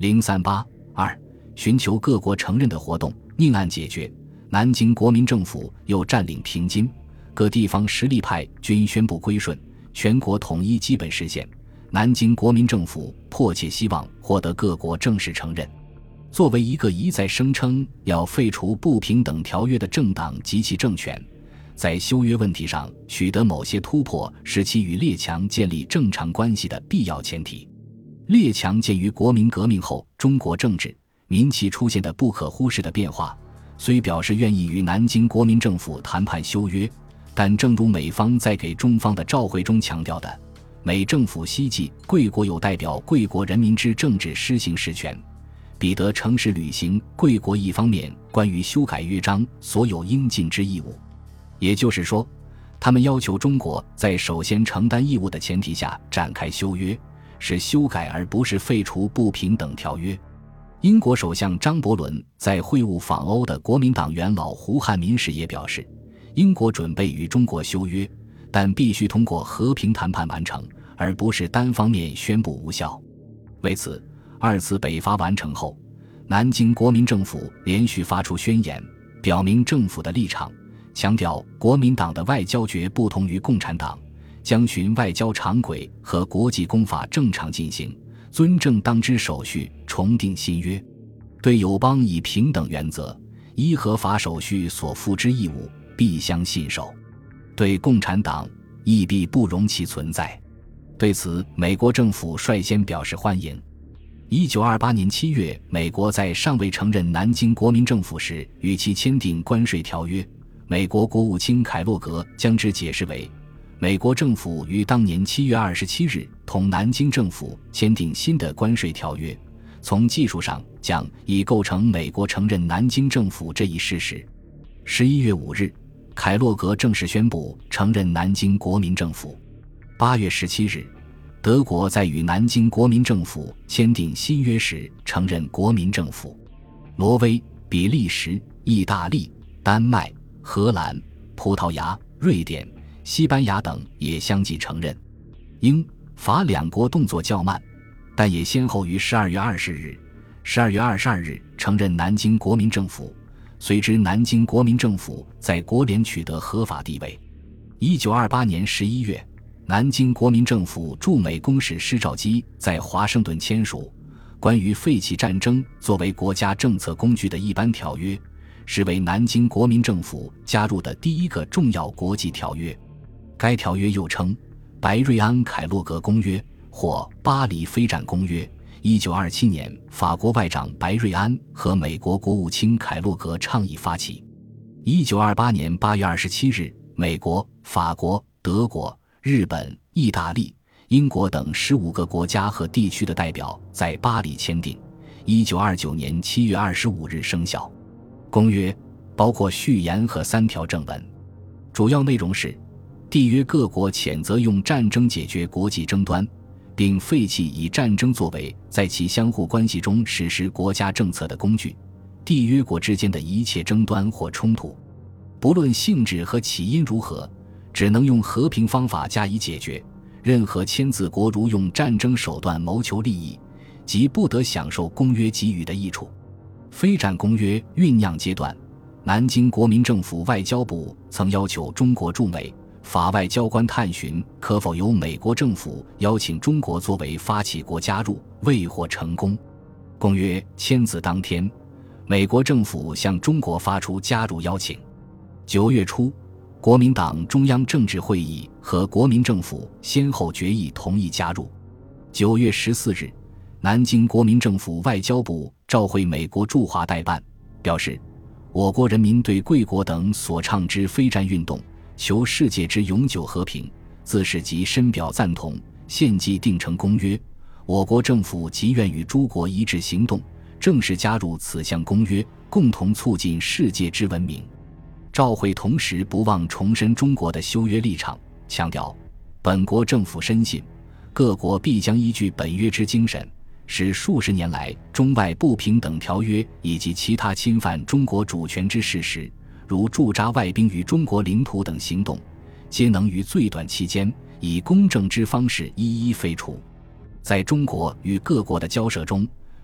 038-2寻求各国承认的活动宁案解决。南京国民政府又占领平津，各地方实力派均宣布归顺，全国统一基本实现。南京国民政府迫切希望获得各国正式承认。作为一个一再声称要废除不平等条约的政党及其政权，在修约问题上取得某些突破是其与列强建立正常关系的必要前提。列强鉴于国民革命后中国政治民气出现的不可忽视的变化，虽表示愿意与南京国民政府谈判修约，但正如美方在给中方的照会中强调的，美政府希冀贵国有代表贵国人民之政治施行实权，彼得诚实履行贵国一方面关于修改约章所有应尽之义务。也就是说，他们要求中国在首先承担义务的前提下展开修约，是修改而不是废除不平等条约。英国首相张伯伦在会晤访欧的国民党元老胡汉民时也表示，英国准备与中国修约，但必须通过和平谈判完成，而不是单方面宣布无效。为此，二次北伐完成后，南京国民政府连续发出宣言，表明政府的立场，强调国民党的外交绝不同于共产党，将循外交常轨和国际公法正常进行，遵正当之手续重订新约，对友邦以平等原则依合法手续所负之义务必相信守，对共产党亦必不容其存在。对此，美国政府率先表示欢迎。1928年7月，美国在尚未承认南京国民政府时与其签订关税条约，美国国务卿凯洛格将之解释为美国政府于当年7月27日同南京政府签订新的关税条约，从技术上讲已构成美国承认南京政府这一事实。11月5日，凯洛格正式宣布承认南京国民政府。8月17日，德国在与南京国民政府签订新约时承认国民政府。挪威、比利时、意大利、丹麦、荷兰、葡萄牙、瑞典、西班牙等也相继承认。英、法两国动作较慢，但也先后于12月20日、12月22日承认南京国民政府，随之南京国民政府在国联取得合法地位。1928年11月，南京国民政府驻美公使施肇基在华盛顿签署关于废弃战争作为国家政策工具的一般条约，是为南京国民政府加入的第一个重要国际条约。该条约又称白瑞安凯洛格公约或巴黎非战公约。1927年，法国外长白瑞安和美国国务卿凯洛格倡议发起。1928年8月27日，美国、法国、德国、日本、意大利、英国等15个国家和地区的代表在巴黎签订。1929年7月25日生效。公约包括序言和3条正文，主要内容是缔约各国谴责用战争解决国际争端，并废弃以战争作为在其相互关系中实施国家政策的工具。缔约国之间的一切争端或冲突，不论性质和起因如何，只能用和平方法加以解决。任何签字国如用战争手段谋求利益，即不得享受公约给予的益处。非战公约酝酿阶段，南京国民政府外交部曾要求中国驻美法外交官探寻可否由美国政府邀请中国作为发起国加入，未获成功。公约签字当天，美国政府向中国发出加入邀请。9月初，国民党中央政治会议和国民政府先后决议同意加入。9月14日，南京国民政府外交部召会美国驻华代办，表示我国人民对贵国等所倡之非战运动，求世界之永久和平，自是即深表赞同，现即订成公约，我国政府即愿与诸国一致行动，正式加入此项公约，共同促进世界之文明。召会同时不忘重申中国的修约立场，强调本国政府深信各国必将依据本约之精神，使数十年来中外不平等条约以及其他侵犯中国主权之事实，如驻扎外宾于中国领土等行动，皆能于最短期间以公正之方式一一废除。在中国与各国的交涉中，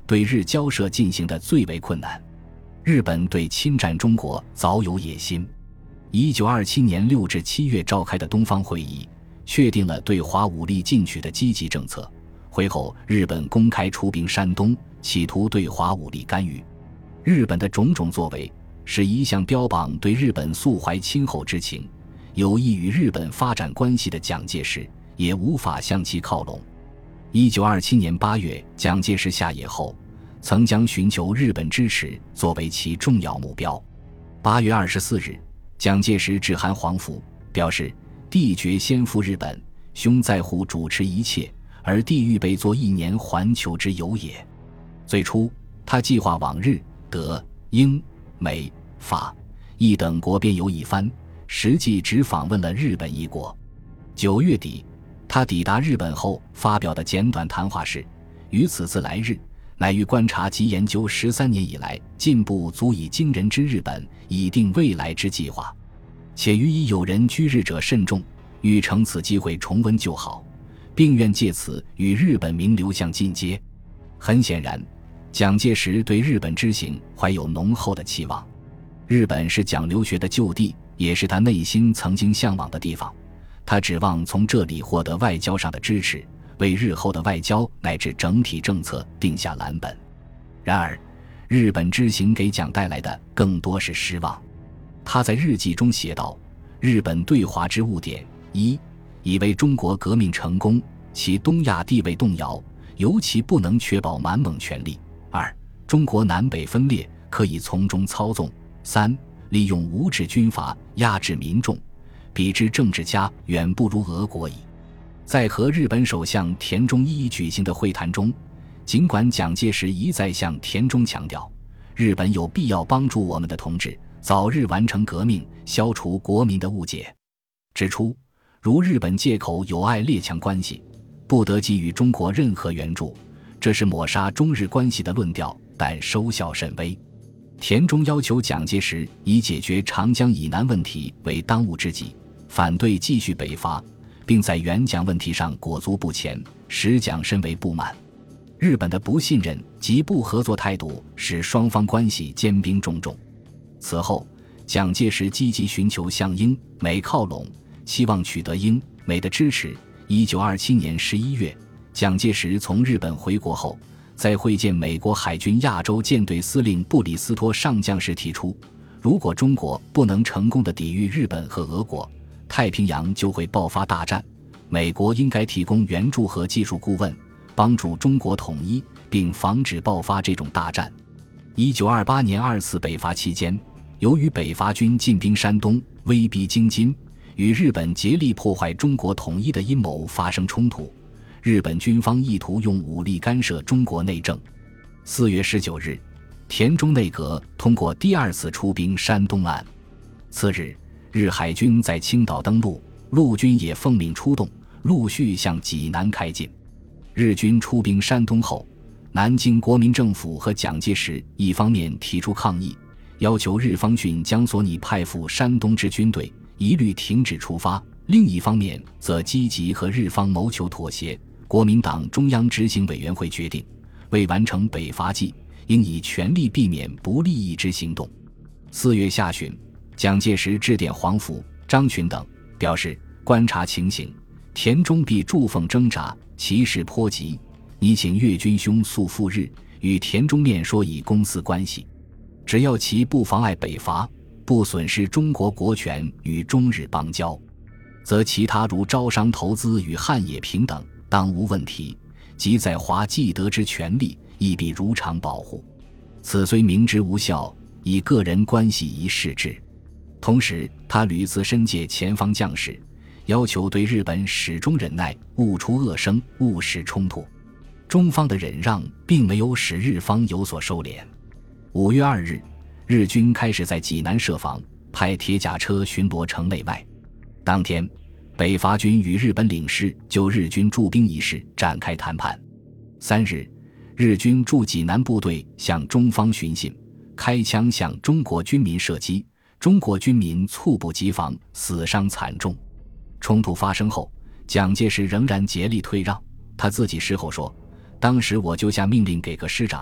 对日交涉进行得最为困难。日本对侵占中国早有野心。1927年6至7月召开的东方会议确定了对华武力进取的积极政策。会后，日本公开出兵山东，企图对华武力干预。日本的种种作为是一向标榜对日本素怀亲厚之情，有意与日本发展关系的蒋介石也无法向其靠拢。1927年8月，蒋介石下野后，曾将寻求日本支持作为其重要目标。8月24日，蒋介石致函黄福，表示弟决先赴日本，兄在沪主持一切，而弟预备作1年还求之有也。最初，他计划往日、德、英、美、法、意等国边游一番，实际只访问了日本一国。9月底，他抵达日本后发表的简短谈话是：于此次来日，乃欲观察及研究13年以来进步足以惊人之日本，以定未来之计划。且予以有人居日者甚众，欲乘此机会重温旧好，并愿借此与日本名流相进阶。很显然，蒋介石对日本之行怀有浓厚的期望。日本是蒋留学的旧地，也是他内心曾经向往的地方。他指望从这里获得外交上的支持，为日后的外交乃至整体政策定下蓝本。然而，日本之行给蒋带来的更多是失望。他在日记中写道：日本对华之误点：一，以为中国革命成功，其东亚地位动摇，尤其不能确保满蒙权力；二，中国南北分裂，可以从中操纵；三，利用无治军阀压制民众，彼之政治家远不如俄国矣。在和日本首相田中义举行的会谈中，尽管蒋介石一再向田中强调，日本有必要帮助我们的同志早日完成革命，消除国民的误解，指出如日本借口友爱列强关系，不得给予中国任何援助，这是抹杀中日关系的论调，但收效甚微。田中要求蒋介石以解决长江以南问题为当务之急，反对继续北伐，并在援蒋问题上裹足不前，使蒋深为不满。日本的不信任及不合作态度使双方关系坚冰重重。此后，蒋介石积极寻求向英、美靠拢，期望取得英、美的支持。1927年11月，蒋介石从日本回国后，在会见美国海军亚洲舰队司令布里斯托上将时提出，如果中国不能成功地抵御日本和俄国，太平洋就会爆发大战，美国应该提供援助和技术顾问，帮助中国统一，并防止爆发这种大战。1928年2次北伐期间，由于北伐军进兵山东，威逼京津，与日本竭力破坏中国统一的阴谋发生冲突，日本军方意图用武力干涉中国内政。4月19日，田中内阁通过第2次出兵山东案。次日，日海军在青岛登陆，陆军也奉命出动，陆续向济南开进。日军出兵山东后，南京国民政府和蒋介石一方面提出抗议，要求日方军将所拟派赴山东之军队一律停止出发，另一方面则积极和日方谋求妥协。国民党中央执行委员会决定，为完成北伐计，应以全力避免不利益之行动。4月下旬，蒋介石致电黄福、张群等，表示观察情形，田中必驻奉挣扎，其势颇急，你请岳军兄速赴日，与田中面说以公私关系，只要其不妨碍北伐，不损失中国国权与中日邦交，则其他如招商投资与汉也平等，当无问题，即在华既得之权利，亦必如常保护。此虽明知无效，以个人关系宜视之。同时，他屡次申诫前方将士，要求对日本始终忍耐，勿出恶声，勿使冲突。中方的忍让并没有使日方有所收敛。5月2日，日军开始在济南设防，派铁甲车巡逻城内外。当天，北伐军与日本领事就日军驻兵一事展开谈判。3日，日军驻济南部队向中方寻信，开枪向中国军民射击，中国军民猝不及防，死伤惨重。冲突发生后，蒋介石仍然竭力退让，他自己事后说，当时我就下命令给个师长，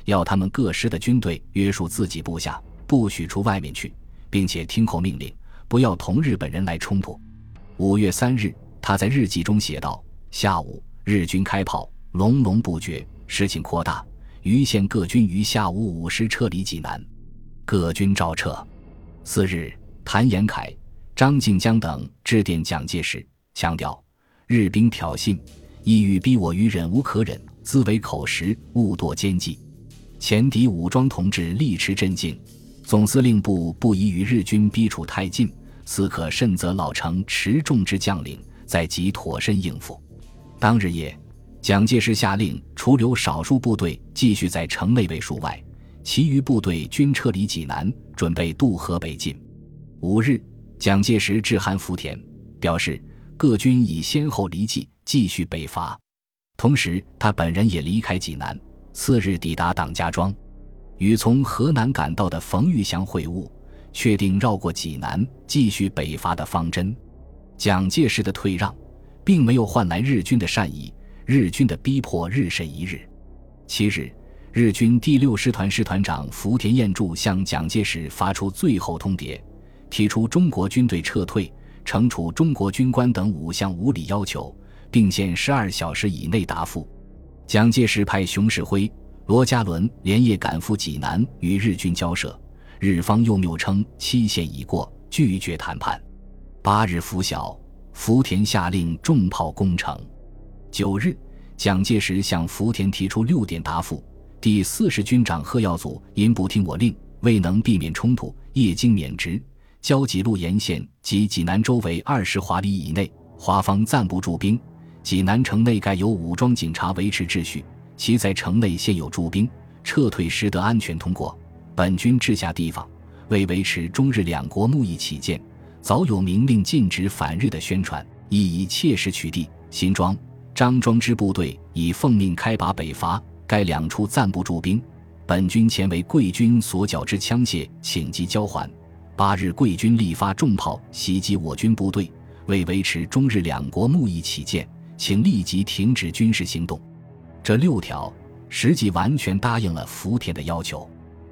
要他们各师的军队约束自己部下，不许出外面去，并且听候命令，不要同日本人来冲突。5月3日，他在日记中写道：下午，日军开炮，隆隆不绝，事情扩大，余县各军于下午5时撤离济南，各军照撤。4日，谭延闿、张静江等致电蒋介石，强调日兵挑衅，意欲逼我于忍无可忍，兹为口实，勿堕奸计。前敌武装同志力持镇静，总司令部不宜与日军逼处太近，似可慎择老成持重之将领，再即妥身应付。当日夜，蒋介石下令除留少数部队继续在城内卫戍外，其余部队均撤离济南，准备渡河北进。5日，蒋介石致函福田，表示各军已先后离济，继续北伐。同时他本人也离开济南，4日抵达党家庄，与从河南赶到的冯玉祥会晤，确定绕过济南继续北伐的方针。蒋介石的退让并没有换来日军的善意，日军的逼迫日甚一日。7日，日军第6师团师团长福田彦助向蒋介石发出最后通牒，提出中国军队撤退、惩处中国军官等5项无理要求，并限12小时以内答复。蒋介石派熊式辉、罗家伦连夜赶赴济南与日军交涉，日方又谬称期限已过，拒绝谈判。8日拂晓，福田下令重炮攻城。9日，蒋介石向福田提出6点答复：第40军长贺耀祖因不听我令，未能避免冲突，夜经免职，交济路沿线及济南周围20华里以内，华方暂不驻兵。济南城内盖有武装警察维持秩序，其在城内现有驻兵，撤退时得安全通过。本军治下地方，为维持中日两国睦义起见，早有明令禁止反日的宣传，亦已切实取缔。新庄、张庄之部队已奉命开拔北伐，该2处暂不驻兵。本军前为贵军所缴之枪械请即交还。8日，贵军力发重炮袭击我军部队，为维持中日两国睦义起见，请立即停止军事行动。这6条实际完全答应了福田的要求。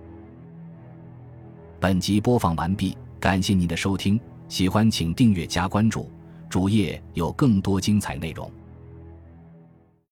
本集播放完毕，感谢您的收听，喜欢请订阅加关注，主页有更多精彩内容。